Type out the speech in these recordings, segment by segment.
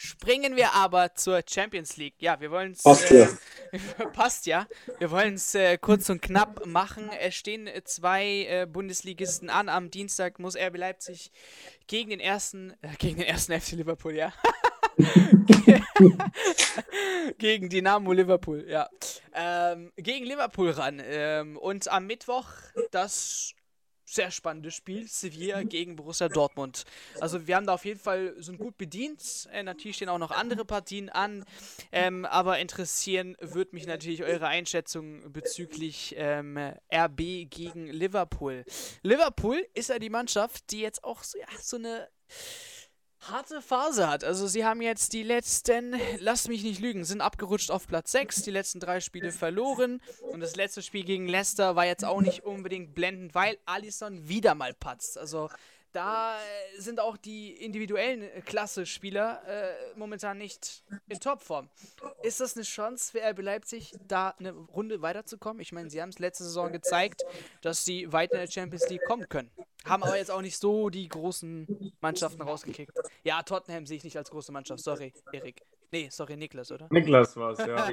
springen wir aber zur Champions League. Ja, wir wollen es... Passt ja. Wir wollen es kurz und knapp machen. Es stehen zwei Bundesligisten an. Am Dienstag muss RB Leipzig gegen den ersten FC Liverpool, ja. Gegen Dynamo Liverpool, ja. Gegen Liverpool ran. Und am Mittwoch das sehr spannende Spiel, Sevilla gegen Borussia Dortmund. Also wir haben da auf jeden Fall so gut bedient. Natürlich stehen auch noch andere Partien an. Aber interessieren würde mich natürlich eure Einschätzung bezüglich RB gegen Liverpool. Liverpool ist ja die Mannschaft, die jetzt auch so eine harte Phase hat. Also sie haben jetzt die letzten, lasst mich nicht lügen, sind abgerutscht auf Platz 6, die letzten 3 Spiele verloren und das letzte Spiel gegen Leicester war jetzt auch nicht unbedingt blendend, weil Alisson wieder mal patzt. Also da sind auch die individuellen Klasse-Spieler momentan nicht in Topform. Ist das eine Chance für RB Leipzig, da eine Runde weiterzukommen? Ich meine, sie haben es letzte Saison gezeigt, dass sie weit in der Champions League kommen können. Haben aber jetzt auch nicht so die großen Mannschaften rausgekickt. Ja, Tottenham sehe ich nicht als große Mannschaft. Sorry, Erik. Nee, sorry, Niklas, oder? Niklas war es, ja.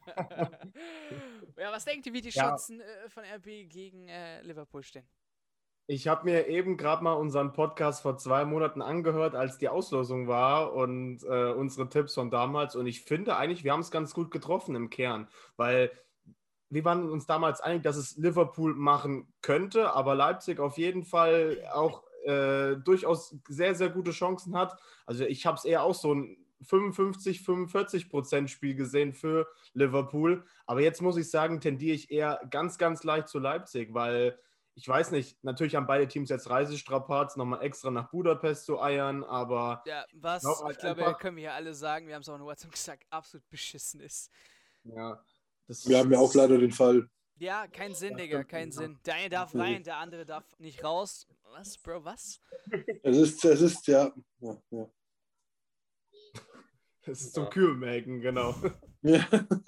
Ja, was denkt ihr, wie die Chancen von RB gegen Liverpool stehen? Ich habe mir eben gerade mal unseren Podcast vor 2 Monaten angehört, als die Auslosung war und unsere Tipps von damals. Und ich finde eigentlich, wir haben es ganz gut getroffen im Kern, weil wir waren uns damals einig, dass es Liverpool machen könnte, aber Leipzig auf jeden Fall auch durchaus sehr, sehr gute Chancen hat. Also ich habe es eher auch so ein 55-45% Spiel gesehen für Liverpool. Aber jetzt muss ich sagen, tendiere ich eher ganz, ganz leicht zu Leipzig, weil ich weiß nicht, natürlich haben beide Teams jetzt Reisestrapaz, nochmal extra nach Budapest zu eiern, aber... Ja, was, ich glaube, können wir ja alle sagen, wir haben es auch in WhatsApp gesagt, absolut beschissen ist. Ja, wir haben ja auch leider den Fall. Ja, kein Sinn, Digga, kein Sinn. Der eine darf rein, der andere darf nicht raus. Was, Bro, was? Es ist, ja. Es ist zum Kühlmelken, genau. Ja.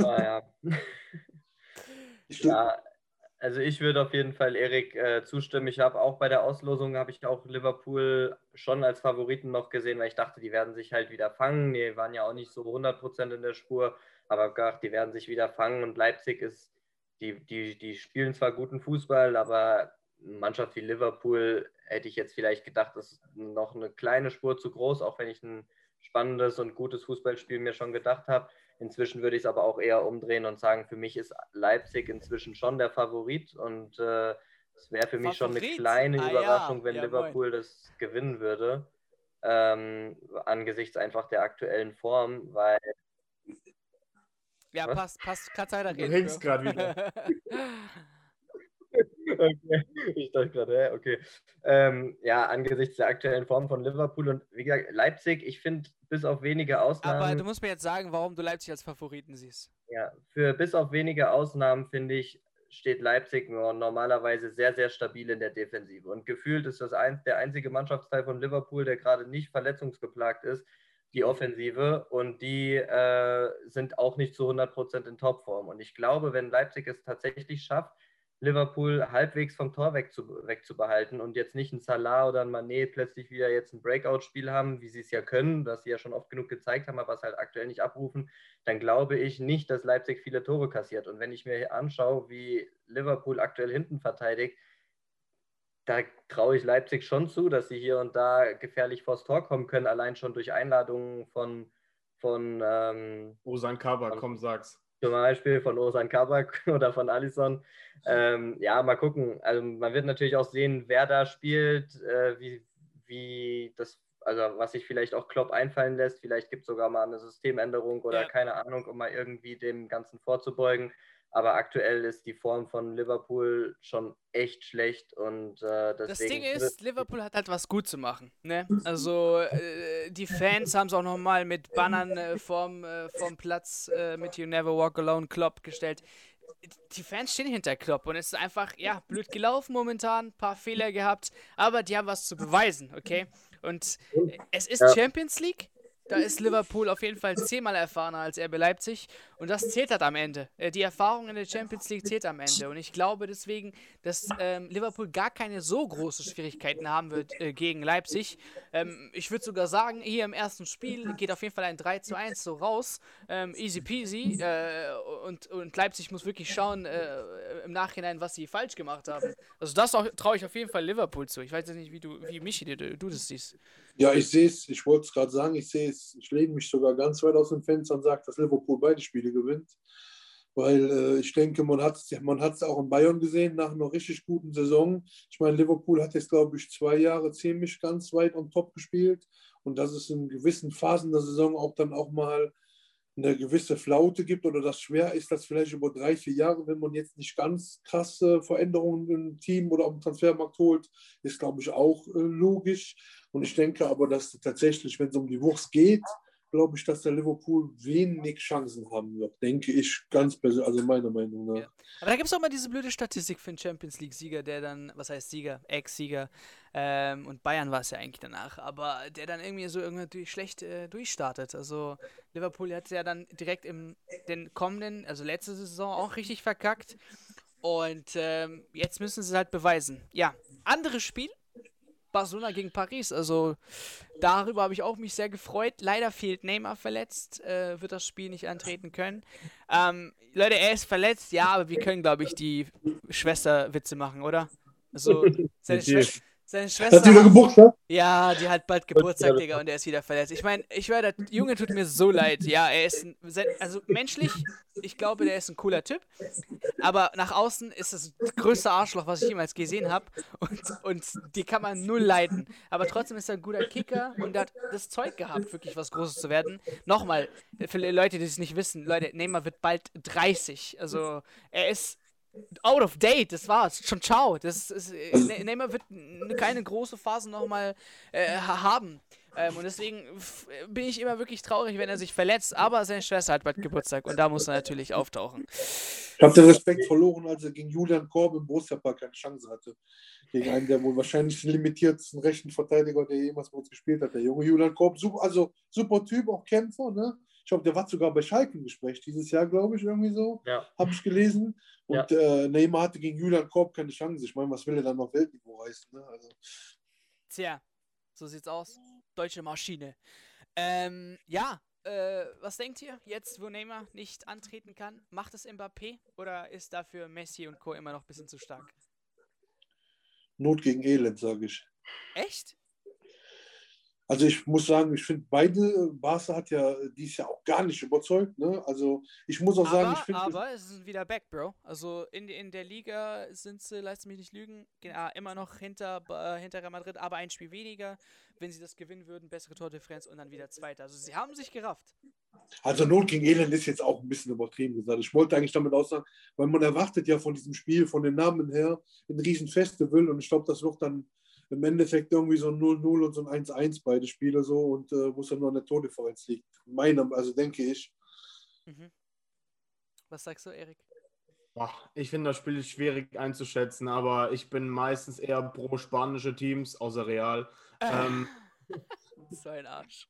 Ja, also ich würde auf jeden Fall Erik zustimmen. Ich habe auch bei der Auslosung, habe ich auch Liverpool schon als Favoriten noch gesehen, weil ich dachte, die werden sich halt wieder fangen. Die waren ja auch nicht so 100% in der Spur, aber habe gedacht, die werden sich wieder fangen und Leipzig ist, die spielen zwar guten Fußball, aber eine Mannschaft wie Liverpool hätte ich jetzt vielleicht gedacht, das ist noch eine kleine Spur zu groß, auch wenn ich ein spannendes und gutes Fußballspiel mir schon gedacht habe. Inzwischen würde ich es aber auch eher umdrehen und sagen, für mich ist Leipzig inzwischen schon der Favorit und es wäre für mich schon eine kleine Überraschung, wenn Liverpool das gewinnen würde, angesichts einfach der aktuellen Form, weil... Ja, passt, kannst weiter reden. Du hängst gerade wieder. Okay, ich dachte gerade, okay. Ja, angesichts der aktuellen Form von Liverpool und wie gesagt, Leipzig, ich finde, bis auf wenige Ausnahmen... Aber du musst mir jetzt sagen, warum du Leipzig als Favoriten siehst. Ja, bis auf wenige Ausnahmen, finde ich, steht Leipzig normalerweise sehr, sehr stabil in der Defensive. Und gefühlt ist das der einzige Mannschaftsteil von Liverpool, der gerade nicht verletzungsgeplagt ist, die Offensive. Und die sind auch nicht zu 100% in Topform. Und ich glaube, wenn Leipzig es tatsächlich schafft, Liverpool halbwegs vom Tor wegzubehalten und jetzt nicht ein Salah oder ein Mané plötzlich wieder jetzt ein Breakout-Spiel haben, wie sie es ja können, was sie ja schon oft genug gezeigt haben, aber es halt aktuell nicht abrufen, dann glaube ich nicht, dass Leipzig viele Tore kassiert. Und wenn ich mir hier anschaue, wie Liverpool aktuell hinten verteidigt, da traue ich Leipzig schon zu, dass sie hier und da gefährlich vors Tor kommen können, allein schon durch Einladungen von Ozan Kabak, komm, sag's. Zum Beispiel von Ozan Kabak oder von Alisson. Ja, mal gucken. Also man wird natürlich auch sehen, wer da spielt, wie das, also was sich vielleicht auch Klopp einfallen lässt. Vielleicht gibt es sogar mal eine Systemänderung oder keine Ahnung, um mal irgendwie dem Ganzen vorzubeugen. Aber aktuell ist die Form von Liverpool schon echt schlecht und deswegen... Das Ding ist, Liverpool hat halt was gut zu machen, ne? Also die Fans haben es auch nochmal mit Bannern vorm Platz mit You Never Walk Alone Klopp gestellt. Die Fans stehen hinter Klopp und es ist einfach, ja, blöd gelaufen momentan, ein paar Fehler gehabt, aber die haben was zu beweisen, okay? Und es ist Champions League. Da ist Liverpool auf jeden Fall 10-mal erfahrener als RB Leipzig und das zählt halt am Ende. Die Erfahrung in der Champions League zählt am Ende und ich glaube deswegen, dass Liverpool gar keine so große Schwierigkeiten haben wird gegen Leipzig. Ich würde sogar sagen, hier im ersten Spiel geht auf jeden Fall ein 3:1 so raus. Easy peasy und Leipzig muss wirklich schauen im Nachhinein, was sie falsch gemacht haben. Also das traue ich auf jeden Fall Liverpool zu. Ich weiß jetzt nicht, wie Michi, du das siehst. Ja, ich sehe es, ich wollte es gerade sagen, ich sehe es, ich lehne mich sogar ganz weit aus dem Fenster und sage, dass Liverpool beide Spiele gewinnt. Weil ich denke, man hat es auch in Bayern gesehen nach einer richtig guten Saison. Ich meine, Liverpool hat jetzt, glaube ich, 2 Jahre ziemlich ganz weit on top gespielt. Und dass es in gewissen Phasen der Saison auch dann auch mal eine gewisse Flaute gibt oder das schwer ist, das vielleicht über 3, 4 Jahre, wenn man jetzt nicht ganz krasse Veränderungen im Team oder auf dem Transfermarkt holt, ist, glaube ich, auch logisch. Und ich denke aber, dass tatsächlich, wenn es um die Wurst geht, glaube ich, dass der Liverpool wenig Chancen haben wird. Denke ich ganz persönlich, also meiner Meinung nach. Ja. Aber da gibt es auch mal diese blöde Statistik für einen Champions League-Sieger, der dann, was heißt Sieger, Ex-Sieger, und Bayern war es ja eigentlich danach, aber der dann irgendwie so irgendwie schlecht durchstartet. Also Liverpool hat ja dann direkt den kommenden, also letzte Saison auch richtig verkackt und jetzt müssen sie es halt beweisen. Ja, anderes Spiel. Barcelona gegen Paris, also darüber habe ich auch mich sehr gefreut. Leider fehlt Neymar verletzt, wird das Spiel nicht antreten können. Leute, er ist verletzt, ja, aber wir können, glaube ich, die Schwesterwitze machen, oder? Also, seine Hat die wieder Geburtstag? ja, die hat bald Geburtstag, Digga, und er ist wieder verletzt. Ich meine, der Junge tut mir so leid. Ja, er ist, also menschlich, ich glaube, der ist ein cooler Typ. Aber nach außen ist das größte Arschloch, was ich jemals gesehen habe. Und die kann man null leiden. Aber trotzdem ist er ein guter Kicker und hat das Zeug gehabt, wirklich was Großes zu werden. Nochmal, für Leute, die es nicht wissen, Leute, Neymar wird bald 30. Also, er ist out of date, das war's. Schon ciao. Neymar wird keine große Phase nochmal haben. Und deswegen bin ich immer wirklich traurig, wenn er sich verletzt. Aber seine Schwester hat bald Geburtstag und da muss er natürlich auftauchen. Ich habe den Respekt verloren, als er gegen Julian Korb im Borussia-Park keine Chance hatte. Gegen einen der wohl wahrscheinlich limitiertesten rechten Verteidiger, der jemals bei uns gespielt hat. Der junge Julian Korb, super Typ, auch Kämpfer. Ne? Ich glaube, der war sogar bei Schalke im Gespräch dieses Jahr, glaube ich, irgendwie so. Ja. Habe ich gelesen. Und Neymar hatte gegen Julian Korb keine Chance. Ich meine, was will er dann auf Weltniveau reißen? Ne? Also. Tja, so sieht's aus. Deutsche Maschine. Was denkt ihr jetzt, wo Neymar nicht antreten kann? Macht es Mbappé oder ist dafür Messi und Co. immer noch ein bisschen zu stark? Not gegen Elend, sage ich. Echt? Also ich muss sagen, ich finde beide, Barca hat ja dieses Jahr auch gar nicht überzeugt. Ne? Also ich muss auch sagen, ich finde... Aber es sind wieder back, Bro. Also in der Liga sind sie, lasst mich nicht lügen, immer noch hinter Real Madrid, aber ein Spiel weniger. Wenn sie das gewinnen würden, bessere Tordifferenz und dann wieder Zweiter. Also sie haben sich gerafft. Also Not gegen Elend ist jetzt auch ein bisschen übertrieben gesagt. Ich wollte eigentlich damit aussagen, weil man erwartet ja von diesem Spiel, von den Namen her, ein riesen Festival und ich glaube, das wird dann im Endeffekt irgendwie so ein 0-0 und so ein 1-1 beide Spiele so und wo es dann nur an der Tordifferenz liegt. Also denke ich. Mhm. Was sagst du, Erik? Ich finde das Spiel schwierig einzuschätzen, aber ich bin meistens eher pro spanische Teams, außer Real. So ein Arsch.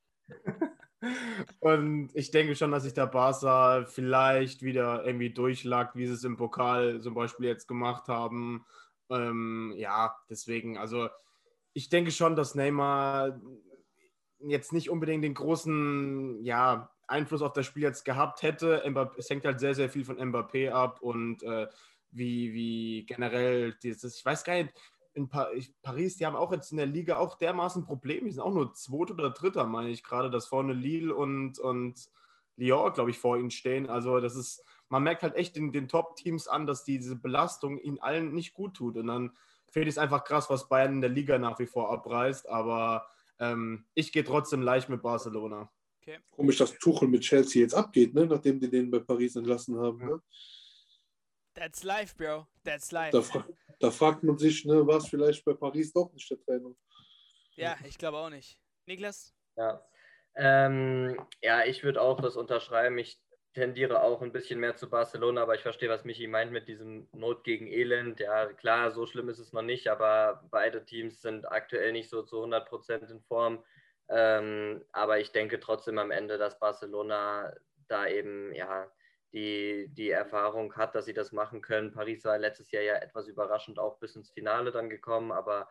Und ich denke schon, dass sich der Barca vielleicht wieder irgendwie durchlagt, wie sie es im Pokal zum Beispiel jetzt gemacht haben. Deswegen, also ich denke schon, dass Neymar jetzt nicht unbedingt den großen Einfluss auf das Spiel jetzt gehabt hätte. Es hängt halt sehr, sehr viel von Mbappé ab und wie generell ich weiß gar nicht, in Paris, die haben auch jetzt in der Liga auch dermaßen Probleme. Die sind auch nur Zweiter oder Dritter, meine ich gerade, dass vorne Lille und Lyon, glaube ich, vor ihnen stehen. Also das ist, man merkt halt echt den Top-Teams an, dass diese Belastung ihnen allen nicht gut tut. Und dann finde ich es einfach krass, was Bayern in der Liga nach wie vor abreißt. Aber ich gehe trotzdem leicht mit Barcelona. Okay. Komisch, dass Tuchel mit Chelsea jetzt abgeht, ne? Nachdem die den bei Paris entlassen haben. Ne? That's life, Bro. That's life. Da fragt man sich, ne, war es vielleicht bei Paris doch nicht der Trainer? Ja, ich glaube auch nicht. Niklas? Ja, ich würde auch das unterschreiben. Ich tendiere auch ein bisschen mehr zu Barcelona, aber ich verstehe, was Michi meint mit diesem Not gegen Elend. Ja, klar, so schlimm ist es noch nicht, aber beide Teams sind aktuell nicht so zu 100% in Form. Aber ich denke trotzdem am Ende, dass Barcelona da eben die Erfahrung hat, dass sie das machen können. Paris war letztes Jahr ja etwas überraschend auch bis ins Finale dann gekommen, aber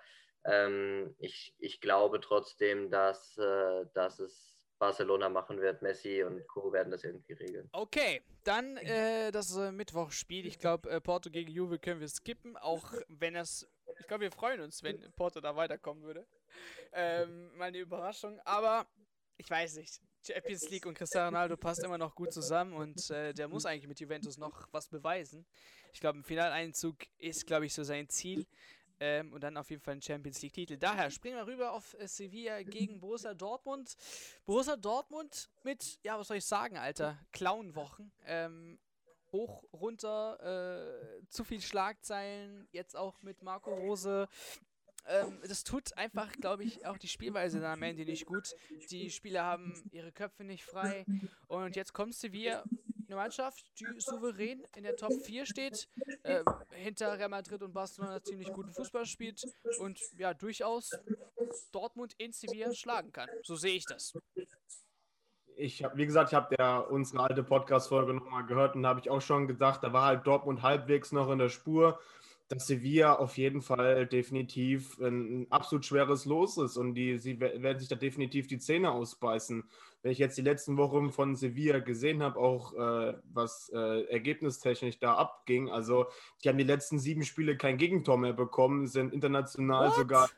ich glaube trotzdem, dass es Barcelona machen wird. Messi und Co. werden das irgendwie regeln. Okay, dann das Mittwochspiel. Ich glaube, Porto gegen Juve können wir skippen, auch wenn ich glaube, wir freuen uns, wenn Porto da weiterkommen würde. Mal eine Überraschung, aber ich weiß nicht. Champions League und Cristiano Ronaldo passt immer noch gut zusammen und der muss eigentlich mit Juventus noch was beweisen. Ich glaube, ein Finaleinzug ist, glaube ich, so sein Ziel. Und dann auf jeden Fall ein Champions League-Titel. Daher springen wir rüber auf Sevilla gegen Borussia Dortmund. Borussia Dortmund mit, ja, was soll ich sagen, Alter, Clown-Wochen. Hoch, runter, zu viel Schlagzeilen, jetzt auch mit Marco Rose. Das tut einfach, glaube ich, auch die Spielweise dann am Ende nicht gut. Die Spieler haben ihre Köpfe nicht frei. Und jetzt kommt Sevilla, eine Mannschaft, die souverän in der Top 4 steht, hinter Real Madrid und Barcelona ziemlich guten Fußball spielt und ja, durchaus Dortmund in Sevilla schlagen kann. So sehe ich das. Wie gesagt, ich habe ja unsere alte Podcast-Folge nochmal gehört und habe ich auch schon gedacht, da war halt Dortmund halbwegs noch in der Spur, dass Sevilla auf jeden Fall definitiv ein absolut schweres Los ist und sie werden sich da definitiv die Zähne ausbeißen. Wenn ich jetzt die letzten Wochen von Sevilla gesehen habe, auch was ergebnistechnisch da abging, also die haben die letzten 7 Spiele kein Gegentor mehr bekommen, sind international sogar...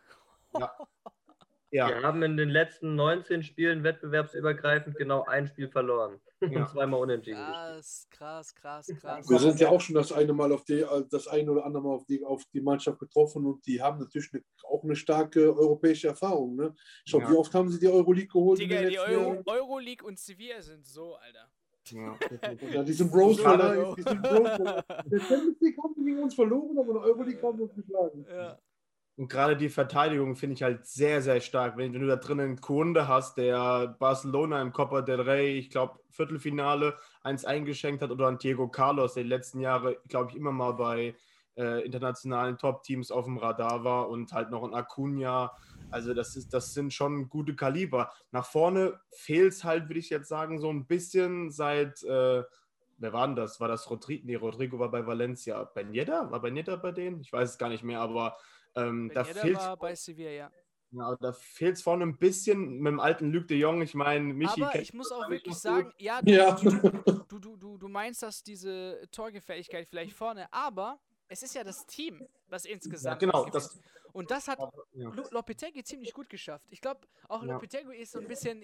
Ja. Wir haben in den letzten 19 Spielen wettbewerbsübergreifend genau ein Spiel verloren. Und zweimal unentschieden gespielt. Krass. Wir sind ja auch schon das eine oder andere Mal auf die Mannschaft getroffen und die haben natürlich auch eine starke europäische Erfahrung. Ne? Ich glaube, wie oft haben sie die Euroleague geholt? Digga, die Euroleague und Sevilla sind so, Alter. Ja, die sind Bros, Alter. Die sind Bros. Der Champions League haben die gegen uns verloren, aber in der Euroleague haben wir uns geschlagen. Ja. Und gerade die Verteidigung finde ich halt sehr, sehr stark. Wenn du da drinnen einen Kunde hast, der Barcelona im Copa del Rey, ich glaube, Viertelfinale 1 eingeschenkt hat, oder ein Diego Carlos, der die letzten Jahre, glaube ich, immer mal bei internationalen Top-Teams auf dem Radar war, und halt noch ein Acuna. Also das sind schon gute Kaliber. Nach vorne fehlt es halt, würde ich jetzt sagen, so ein bisschen seit... wer war denn das? War das Rodrigo? Nee, Rodrigo war bei Valencia. War Beneda bei denen? Ich weiß es gar nicht mehr, aber da fehlt... war bei Sevilla, ja. Ja, da fehlt es vorne ein bisschen mit dem alten Luc de Jong. Ich meine, Michi... Aber ich muss auch wirklich sagen, du meinst, dass diese Torgefälligkeit vielleicht vorne, aber es ist ja das Team, was insgesamt... Ja, genau. Und das hat Lopetegui ziemlich gut geschafft. Ich glaube, auch Lopetegui ist so ein bisschen,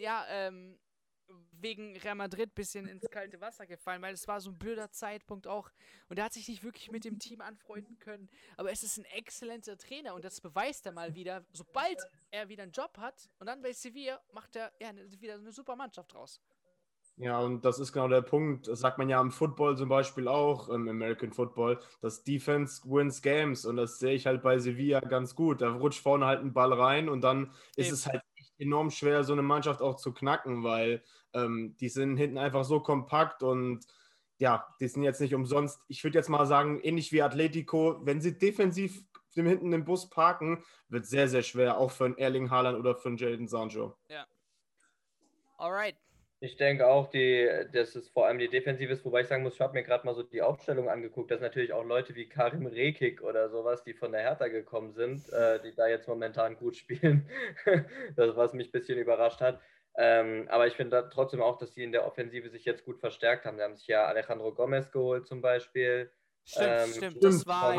wegen Real Madrid ein bisschen ins kalte Wasser gefallen, weil es war so ein blöder Zeitpunkt auch. Und er hat sich nicht wirklich mit dem Team anfreunden können. Aber es ist ein exzellenter Trainer und das beweist er mal wieder, sobald er wieder einen Job hat und dann bei Sevilla macht er wieder eine super Mannschaft draus. Ja, und das ist genau der Punkt. Das sagt man ja im Football zum Beispiel auch, im American Football, dass Defense wins Games. Und das sehe ich halt bei Sevilla ganz gut. Da rutscht vorne halt ein Ball rein und dann ist es halt echt enorm schwer, so eine Mannschaft auch zu knacken, weil die sind hinten einfach so kompakt und ja, die sind jetzt nicht umsonst. Ich würde jetzt mal sagen, ähnlich wie Atletico, wenn sie defensiv hinten den Bus parken, wird es sehr, sehr schwer, auch für einen Erling Haaland oder für einen Jadon Sancho. Ja. Alright. Ich denke auch, dass es vor allem die Defensive ist, wobei ich sagen muss, ich habe mir gerade mal so die Aufstellung angeguckt, dass natürlich auch Leute wie Karim Rekik oder sowas, die von der Hertha gekommen sind, die da jetzt momentan gut spielen, das was mich ein bisschen überrascht hat. Aber ich finde trotzdem auch, dass sie in der Offensive sich jetzt gut verstärkt haben. Sie haben sich ja Alejandro Gomez geholt zum Beispiel. Stimmt. Das war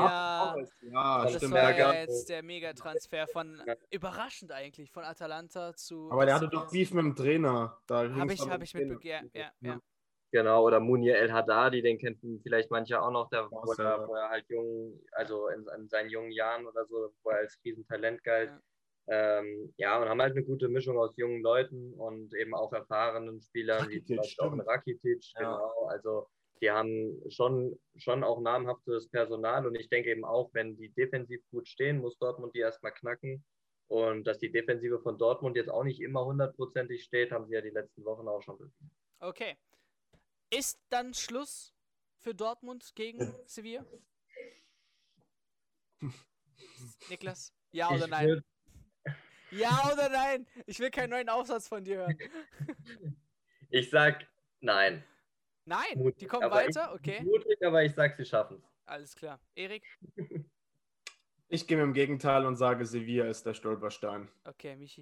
ja jetzt der Megatransfer von, überraschend eigentlich, von Atalanta zu... Aber der hatte doch Beef mit dem Trainer. Hab ich mitbekommen, ja. Genau, oder Munir El Haddadi, den kennen vielleicht manche auch noch, wo er halt jung, also in seinen jungen Jahren oder so, wo er als Riesentalent galt. Ja. Und haben halt eine gute Mischung aus jungen Leuten und eben auch erfahrenen Spielern, wie zum Beispiel auch ein Rakitic, genau, also die haben schon auch namhaftes Personal und ich denke eben auch, wenn die defensiv gut stehen, muss Dortmund die erstmal knacken. Und dass die Defensive von Dortmund jetzt auch nicht immer 100%ig steht, haben sie ja die letzten Wochen auch schon bewiesen. Okay. Ist dann Schluss für Dortmund gegen Sevilla? Niklas? Ja oder nein? Ja oder nein? Ich will keinen neuen Aufsatz von dir hören. Ich sag nein. Nein, Mutig, die kommen aber weiter, okay. Mutig, aber ich sag, sie schaffen es. Alles klar. Erik? Ich gehe mit dem Gegenteil und sage, Sevilla ist der Stolperstein. Okay, Michi.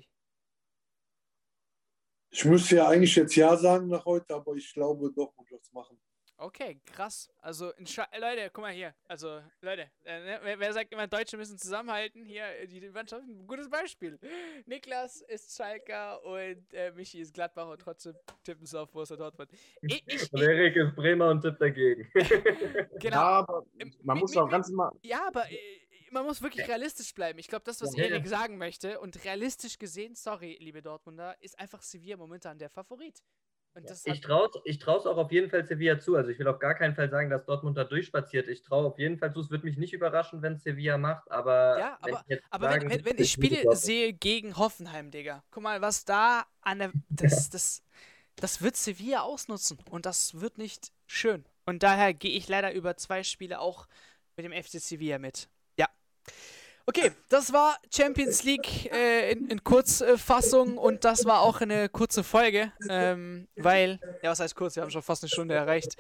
Ich müsste ja eigentlich jetzt Ja sagen nach heute, aber ich glaube, Dortmund wird es machen. Okay, krass. Also, Leute, guck mal hier. Also, Leute, wer sagt immer, Deutsche müssen zusammenhalten? Hier, die Mannschaft, ein gutes Beispiel. Niklas ist Schalker und Michi ist Gladbach und trotzdem tippen sie auf Borussia Dortmund. Und Erik ist Bremer und tippt dagegen. Genau. Ja, aber man muss auch ganz immer... Ja, aber man muss wirklich realistisch bleiben. Ich glaube, das, was Erik sagen möchte, und realistisch gesehen, sorry, liebe Dortmunder, ist einfach Sevilla momentan der Favorit. Und das ich traue es auch auf jeden Fall Sevilla zu. Also ich will auf gar keinen Fall sagen, dass Dortmund da durchspaziert. Ich traue auf jeden Fall zu. Es würde mich nicht überraschen, wenn es Sevilla macht, aber... Ja, wenn ich Spiele sehe gegen Hoffenheim, Digga, guck mal, was da an der... Das wird Sevilla ausnutzen und das wird nicht schön. Und daher gehe ich leider über 2 Spiele auch mit dem FC Sevilla mit. Ja. Okay, das war Champions League in Kurzfassung und das war auch eine kurze Folge, weil, ja, was heißt kurz, wir haben schon fast eine Stunde erreicht.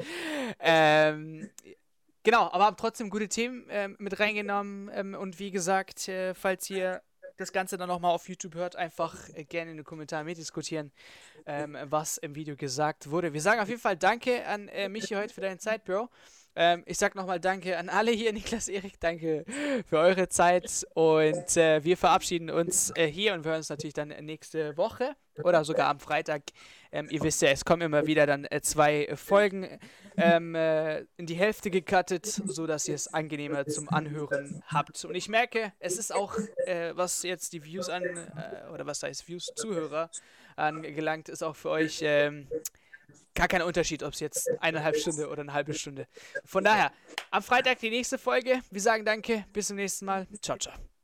Genau, aber haben trotzdem gute Themen mit reingenommen und wie gesagt, falls ihr das Ganze dann nochmal auf YouTube hört, einfach gerne in den Kommentaren mitdiskutieren, was im Video gesagt wurde. Wir sagen auf jeden Fall Danke an Michi heute für deine Zeit, Bro. Ich sag nochmal Danke an alle hier, Niklas, Erik, danke für eure Zeit und wir verabschieden uns hier und wir hören uns natürlich dann nächste Woche oder sogar am Freitag. Ihr wisst ja, es kommen immer wieder dann 2 Folgen in die Hälfte gecuttet, sodass ihr es angenehmer zum Anhören habt. Und ich merke, es ist auch, was jetzt die Views oder was heißt Views, Zuhörer angelangt, ist auch für euch gar kein Unterschied, ob es jetzt 1,5 Stunde oder eine halbe Stunde. Von daher, am Freitag die nächste Folge. Wir sagen Danke, bis zum nächsten Mal. Ciao, ciao.